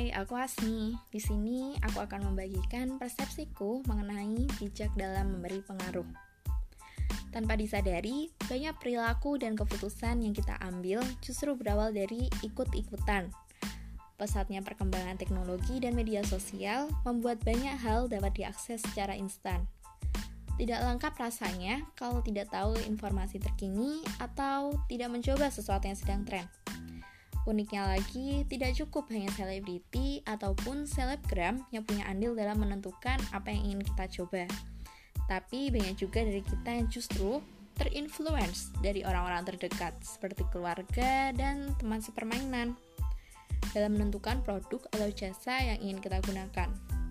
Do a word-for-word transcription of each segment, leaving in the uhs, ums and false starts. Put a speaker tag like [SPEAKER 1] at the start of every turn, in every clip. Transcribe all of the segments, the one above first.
[SPEAKER 1] Hai, aku Asmi. Di sini aku akan membagikan persepsiku mengenai bijak dalam memberi pengaruh. Tanpa disadari, banyak perilaku dan keputusan yang kita ambil justru berawal dari ikut-ikutan. Pesatnya perkembangan teknologi dan media sosial membuat banyak hal dapat diakses secara instan. Tidak lengkap rasanya kalau tidak tahu informasi terkini atau tidak mencoba sesuatu yang sedang tren. Uniknya lagi, tidak cukup hanya selebriti ataupun selebgram yang punya andil dalam menentukan apa yang ingin kita coba. Tapi banyak juga dari kita yang justru terinfluence dari orang-orang terdekat seperti keluarga dan teman sepermainan dalam menentukan produk atau jasa yang ingin kita gunakan.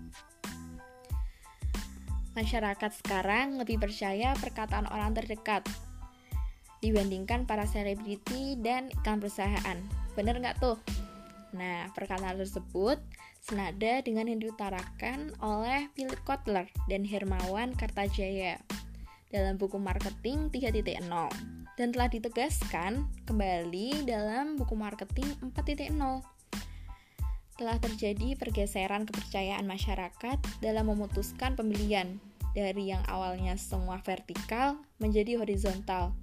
[SPEAKER 1] Masyarakat sekarang lebih percaya perkataan orang terdekat dibandingkan para selebriti dan iklan perusahaan. Bener nggak tuh? Nah, perkataan tersebut senada dengan yang diutarakan oleh Philip Kotler dan Hermawan Kartajaya dalam buku Marketing tiga titik nol dan telah ditegaskan kembali dalam buku Marketing empat titik nol. Telah terjadi pergeseran kepercayaan masyarakat dalam memutuskan pembelian dari yang awalnya semua vertikal menjadi horizontal.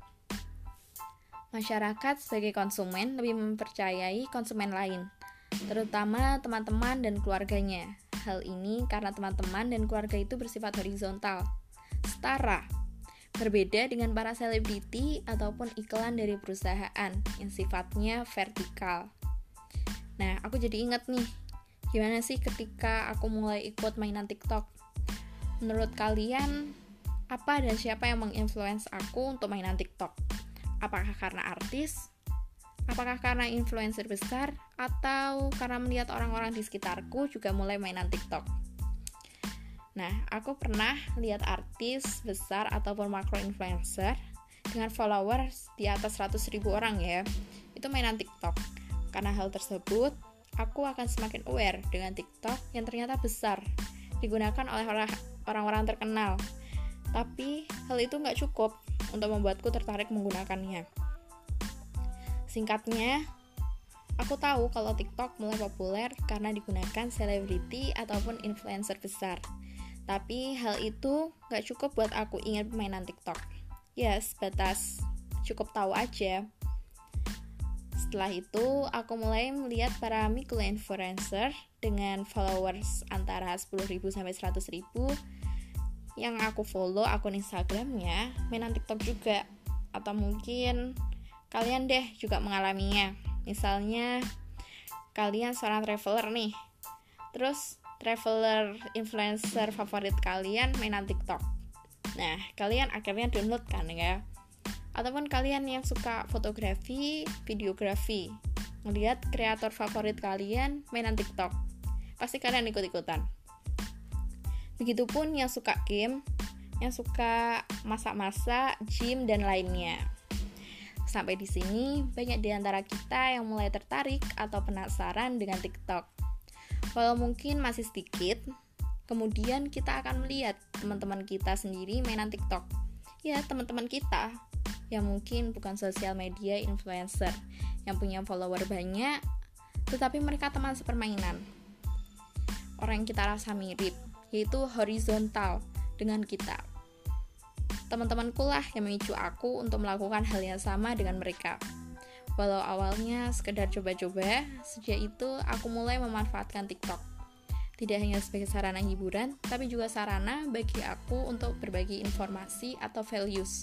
[SPEAKER 1] Masyarakat sebagai konsumen lebih mempercayai konsumen lain, terutama teman-teman dan keluarganya. Hal ini karena teman-teman dan keluarga itu bersifat horizontal, setara, berbeda dengan para selebriti ataupun iklan dari perusahaan yang sifatnya vertikal. Nah, aku jadi ingat nih, gimana sih ketika aku mulai ikut mainan TikTok? Menurut kalian, apa dan siapa yang menginfluence aku untuk mainan TikTok? Apakah karena artis? Apakah karena influencer besar? Atau karena melihat orang-orang di sekitarku juga mulai mainan TikTok? Nah, aku pernah lihat artis besar ataupun macro-influencer dengan followers di atas seratus ribu orang ya, itu mainan TikTok. Karena hal tersebut, aku akan semakin aware dengan TikTok yang ternyata besar, digunakan oleh orang-orang terkenal. Tapi, hal itu nggak cukup untuk membuatku tertarik menggunakannya. Singkatnya, aku tahu kalau TikTok mulai populer karena digunakan selebriti ataupun influencer besar. Tapi hal itu gak cukup buat aku ingin permainan TikTok. Ya, sebatas cukup tahu aja. Setelah itu, aku mulai melihat para micro-influencer dengan followers antara sepuluh ribu sampai seratus ribu yang aku follow akun Instagramnya mainan TikTok juga. Atau mungkin kalian deh juga mengalaminya. Misalnya kalian seorang traveler nih, terus traveler influencer favorit kalian mainan TikTok. Nah, kalian akhirnya download kan ya. Ataupun kalian yang suka fotografi, videografi, melihat kreator favorit kalian mainan TikTok, pasti kalian ikut-ikutan. Begitupun yang suka game, yang suka masak-masak, gym, dan lainnya. Sampai di sini, banyak di antara kita yang mulai tertarik atau penasaran dengan TikTok. Walau mungkin masih sedikit, kemudian kita akan melihat teman-teman kita sendiri mainan TikTok. Ya, teman-teman kita yang mungkin bukan sosial media influencer, yang punya follower banyak, tetapi mereka teman sepermainan. Orang yang kita rasa mirip, yaitu horizontal dengan kita. Teman-temanku lah yang memicu aku untuk melakukan hal yang sama dengan mereka. Walau awalnya sekedar coba-coba, sejak itu aku mulai memanfaatkan TikTok. Tidak hanya sebagai sarana hiburan, tapi juga sarana bagi aku untuk berbagi informasi atau values.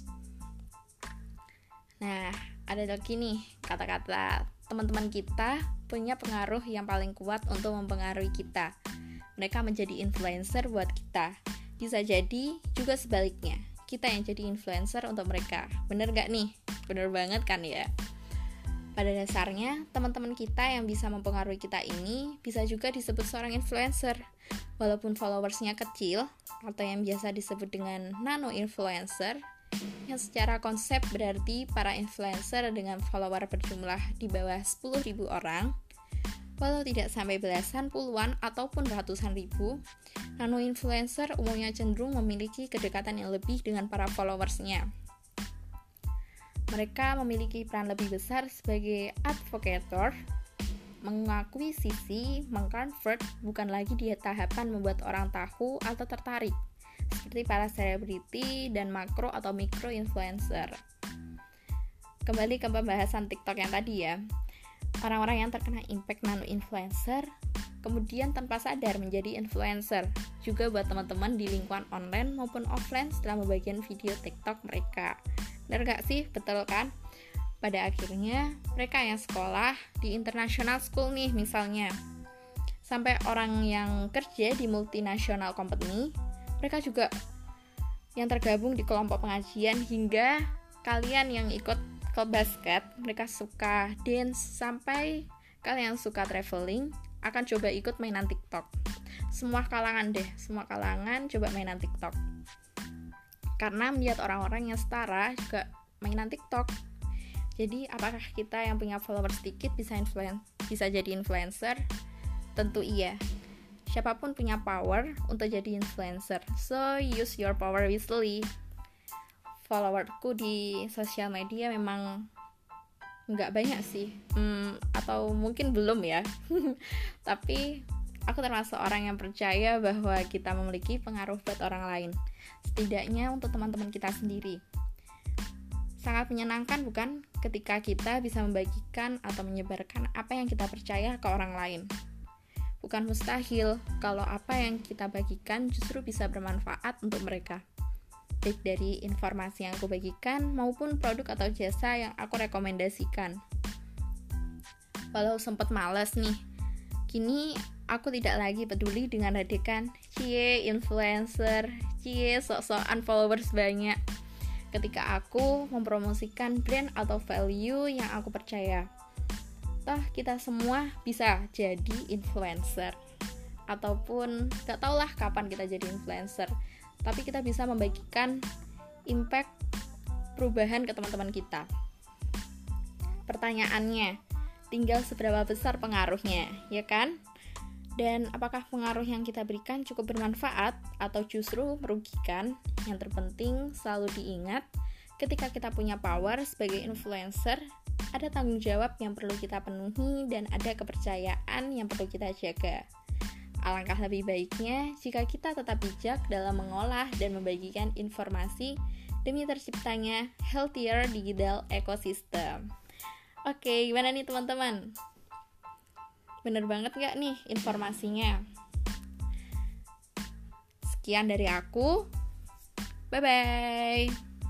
[SPEAKER 1] Nah, ada lagi nih kata-kata teman-teman kita punya pengaruh yang paling kuat untuk mempengaruhi kita. Mereka menjadi influencer buat kita. Bisa jadi juga sebaliknya, kita yang jadi influencer untuk mereka. Bener gak nih? Bener banget kan ya? Pada dasarnya, teman-teman kita yang bisa mempengaruhi kita ini bisa juga disebut seorang influencer. Walaupun followersnya kecil, atau yang biasa disebut dengan nano-influencer, yang secara konsep berarti para influencer dengan follower berjumlah di bawah sepuluh ribu orang. Walau tidak sampai belasan, puluhan, ataupun ratusan ribu, nano-influencer umumnya cenderung memiliki kedekatan yang lebih dengan para followersnya. Mereka memiliki peran lebih besar sebagai advocator mengakuisisi, mengconvert bukan lagi di tahapan membuat orang tahu atau tertarik, seperti para selebriti dan makro atau mikro influencer. Kembali ke pembahasan TikTok yang tadi ya. Orang-orang yang terkena impact nano influencer kemudian tanpa sadar menjadi influencer. Juga buat teman-teman di lingkungan online maupun offline setelah membagikan video TikTok mereka. Benar gak sih? Betul kan? Pada akhirnya mereka yang sekolah di international school nih misalnya, sampai orang yang kerja di multinational company, mereka juga yang tergabung di kelompok pengajian, hingga kalian yang ikut klub basket, mereka suka dance, sampai kalian suka traveling akan coba ikut mainan TikTok. Semua kalangan deh, semua kalangan coba mainan TikTok. Karena melihat orang-orang yang setara juga mainan TikTok. Jadi apakah kita yang punya followers sedikit bisa influen- bisa jadi influencer? Tentu iya. Siapapun punya power untuk jadi influencer. So use your power wisely. Followerku di sosial media memang nggak banyak sih, hmm, atau mungkin belum ya. Tapi aku termasuk orang yang percaya bahwa kita memiliki pengaruh buat orang lain, setidaknya untuk teman-teman kita sendiri. Sangat menyenangkan bukan ketika kita bisa membagikan atau menyebarkan apa yang kita percaya ke orang lain. Bukan mustahil kalau apa yang kita bagikan justru bisa bermanfaat untuk mereka, baik dari informasi yang aku bagikan maupun produk atau jasa yang aku rekomendasikan. Walau sempat malas nih, kini aku tidak lagi peduli dengan ledekan cie influencer, cie sok-sokan followers banyak, ketika aku mempromosikan brand atau value yang aku percaya. Toh kita semua bisa jadi influencer, ataupun gak tau lah kapan kita jadi influencer, tapi kita bisa membagikan impact perubahan ke teman-teman kita. Pertanyaannya, tinggal seberapa besar pengaruhnya, ya kan? Dan apakah pengaruh yang kita berikan cukup bermanfaat atau justru merugikan? Yang terpenting selalu diingat, ketika kita punya power sebagai influencer, ada tanggung jawab yang perlu kita penuhi dan ada kepercayaan yang perlu kita jaga. Alangkah lebih baiknya jika kita tetap bijak dalam mengolah dan membagikan informasi demi terciptanya healthier digital ecosystem. Oke, gimana nih teman-teman? Bener banget gak nih informasinya? Sekian dari aku. Bye-bye.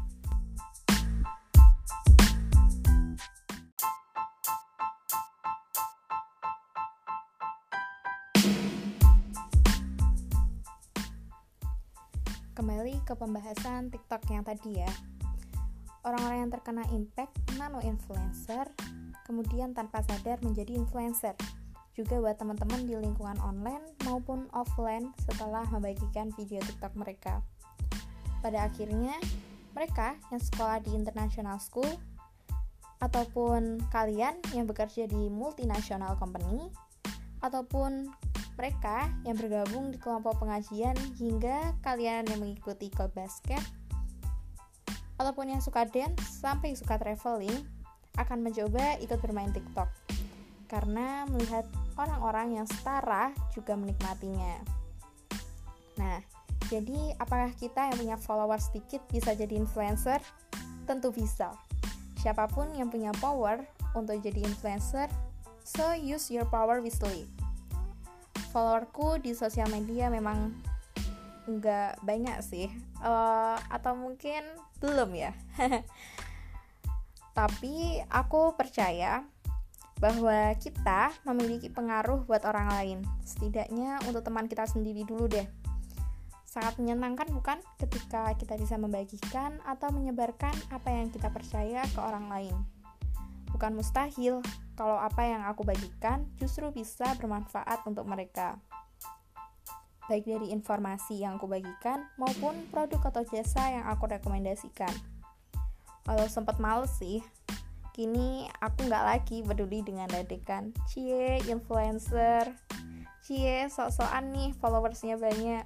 [SPEAKER 1] Kembali ke pembahasan TikTok yang tadi ya. Orang-orang yang terkena impact nano influencer kemudian tanpa sadar menjadi influencer. Juga buat teman-teman di lingkungan online maupun offline setelah membagikan video TikTok mereka. Pada akhirnya, mereka yang sekolah di international school ataupun kalian yang bekerja di multinational company ataupun mereka yang bergabung di kelompok pengajian hingga kalian yang mengikuti klub basket ataupun yang suka dance sampai suka traveling akan mencoba ikut bermain TikTok karena melihat orang-orang yang setara juga menikmatinya. Nah, jadi apakah kita yang punya followers sedikit bisa jadi influencer? Tentu bisa. Siapapun yang punya power untuk jadi influencer, so use your power wisely. Followerku di sosial media memang nggak banyak sih, uh, atau mungkin belum ya. Tapi aku percaya bahwa kita memiliki pengaruh buat orang lain, setidaknya untuk teman kita sendiri dulu deh. Sangat menyenangkan bukan ketika kita bisa membagikan atau menyebarkan apa yang kita percaya ke orang lain. Bukan mustahil kalau apa yang aku bagikan justru bisa bermanfaat untuk mereka, baik dari informasi yang aku bagikan maupun produk atau jasa yang aku rekomendasikan. Walau sempat males sih, kini aku gak lagi peduli dengan ledekan cie influencer, cie sok-sokan nih followersnya banyak.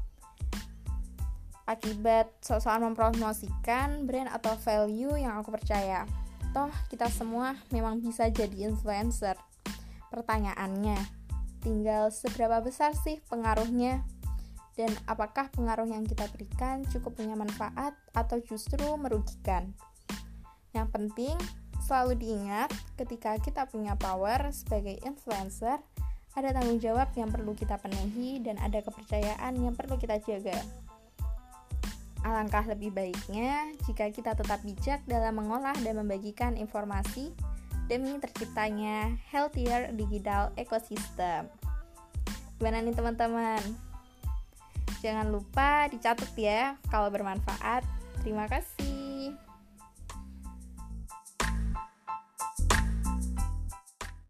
[SPEAKER 1] Akibat sok-sokan mempromosikan brand atau value yang aku percaya. Toh kita semua memang bisa jadi influencer. Pertanyaannya, tinggal seberapa besar sih pengaruhnya? Dan apakah pengaruh yang kita berikan cukup punya manfaat atau justru merugikan? Yang penting, selalu diingat ketika kita punya power sebagai influencer, ada tanggung jawab yang perlu kita penuhi dan ada kepercayaan yang perlu kita jaga. Alangkah lebih baiknya jika kita tetap bijak dalam mengolah dan membagikan informasi demi terciptanya healthier digital ecosystem. Gimana nih teman-teman? Jangan lupa dicatat ya kalau bermanfaat. Terima kasih.